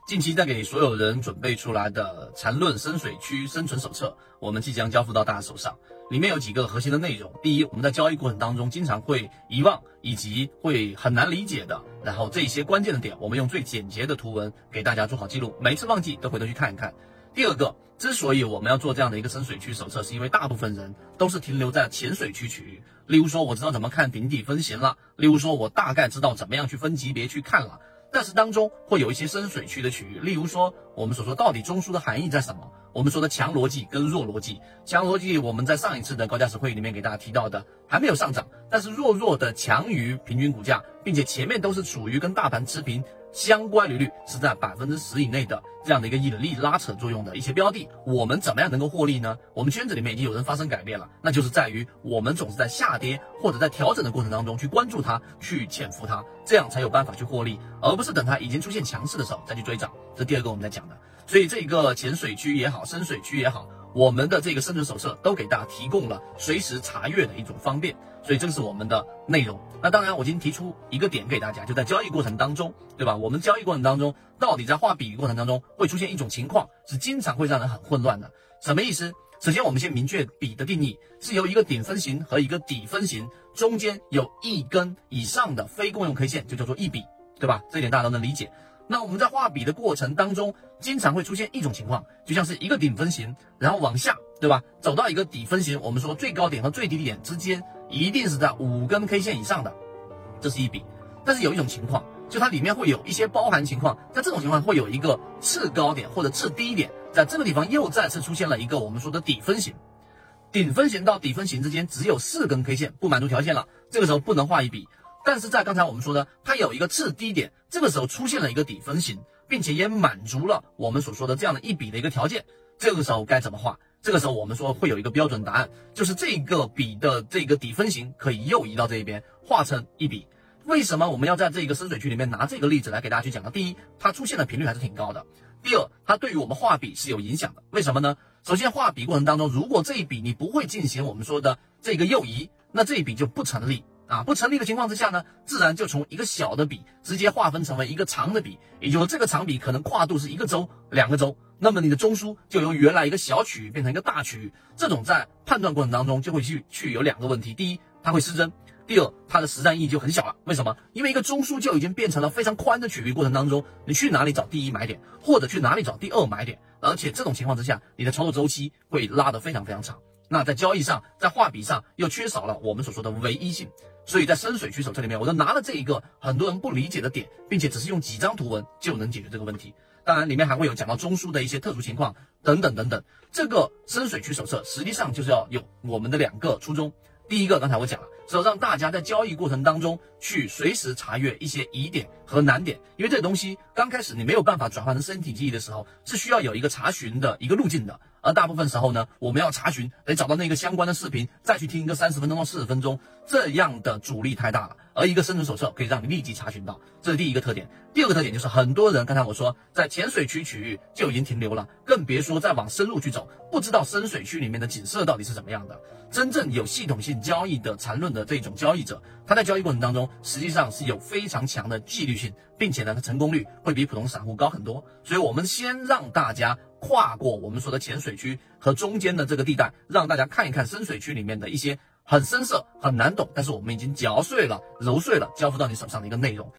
近期在给所有人准备出来的缠论深水区生存手册，我们即将交付到大家手上。里面有几个核心的内容。第一，我们在交易过程当中经常会遗忘以及会很难理解的，然后这些关键的点，我们用最简洁的图文给大家做好记录，每一次忘记都回头去看一看。第二个，之所以我们要做这样的一个深水区手册，是因为大部分人都是停留在浅水区区域。例如说，我知道怎么看顶底分型了；例如说，我大概知道怎么样去分级别去看了。但是当中会有一些深水区的区域，例如说我们所说到底中枢的含义在什么？我们说的强逻辑跟弱逻辑，强逻辑我们在上一次的高价值会议里面给大家提到的还没有上涨，但是弱的强于平均股价，并且前面都是处于跟大盘持平，相关利率是在10%以内的这样的一个引力拉扯作用的一些标的，我们怎么样能够获利呢？我们圈子里面已经有人发生改变了，那就是在于我们总是在下跌或者在调整的过程当中去关注它，去潜伏它，这样才有办法去获利，而不是等它已经出现强势的时候再去追涨。这第二个我们在讲的，所以这个浅水区也好，深水区也好，我们的这个生存手册都给大家提供了随时查阅的一种方便，所以这是我们的内容。那当然我今天提出一个点给大家，就在交易过程当中，对吧？我们交易过程当中到底在画笔过程当中会出现一种情况，是经常会让人很混乱的。什么意思？首先我们先明确笔的定义，是由一个顶分型和一个底分型中间有一根以上的非共用 K 线，就叫做一笔，对吧？这一点大家都能理解。那我们在画笔的过程当中经常会出现一种情况，就像是一个顶分型然后往下，对吧？走到一个底分型，我们说最高点和最低点之间一定是在5根 K 线以上的，这是一笔。但是有一种情况，就它里面会有一些包含情况，在这种情况会有一个次高点或者次低点，在这个地方又再次出现了一个我们说的底分型。顶分型到底分型之间只有4根 K 线，不满足条件了，这个时候不能画一笔。但是在刚才我们说的，它有一个次低点，这个时候出现了一个底分型，并且也满足了我们所说的这样的一笔的一个条件，这个时候该怎么画？这个时候我们说会有一个标准答案，就是这个笔的这个底分型可以右移到这一边，画成一笔。为什么我们要在这个深水区里面拿这个例子来给大家去讲呢？第一，它出现的频率还是挺高的；第二，它对于我们画笔是有影响的。为什么呢？首先，画笔过程当中，如果这一笔你不会进行我们说的这个右移，那这一笔就不成立。不成立的情况之下呢，自然就从一个小的笔直接划分成为一个长的笔，也就是说这个长笔可能跨度是1个周、2个周，那么你的中枢就由原来一个小区域变成一个大区域。这种在判断过程当中就会去有2个问题：第一，它会失真；第二，它的实战意义就很小了。为什么？因为一个中枢就已经变成了非常宽的区域过程当中，你去哪里找第一买点，或者去哪里找第2买点？而且这种情况之下，你的操作周期会拉得非常非常长。那在交易上，在画笔上又缺少了我们所说的唯一性，所以在深水区手册里面，我就拿了这一个很多人不理解的点，并且只是用几张图文就能解决这个问题。当然里面还会有讲到中枢的一些特殊情况等等等等。这个深水区手册实际上就是要有我们的2个初衷。第一个，刚才我讲了，是要让大家在交易过程当中去随时查阅一些疑点和难点，因为这个东西刚开始你没有办法转换成身体记忆的时候，是需要有一个查询的一个路径的。而大部分时候呢，我们要查询，得找到那个相关的视频，再去听一个30分钟到40分钟，这样的阻力太大了。而一个生存手册可以让你立即查询到，这是第一个特点。第二个特点就是很多人刚才我说在浅水区区域就已经停留了，更别说再往深入去走，不知道深水区里面的景色到底是怎么样的。真正有系统性交易的缠论的这种交易者，他在交易过程当中实际上是有非常强的纪律性，并且呢，他成功率会比普通散户高很多。所以我们先让大家跨过我们说的浅水区和中间的这个地带，让大家看一看深水区里面的一些很深涩、很难懂，但是我们已经嚼碎了、揉碎了，交付到你手上的一个内容。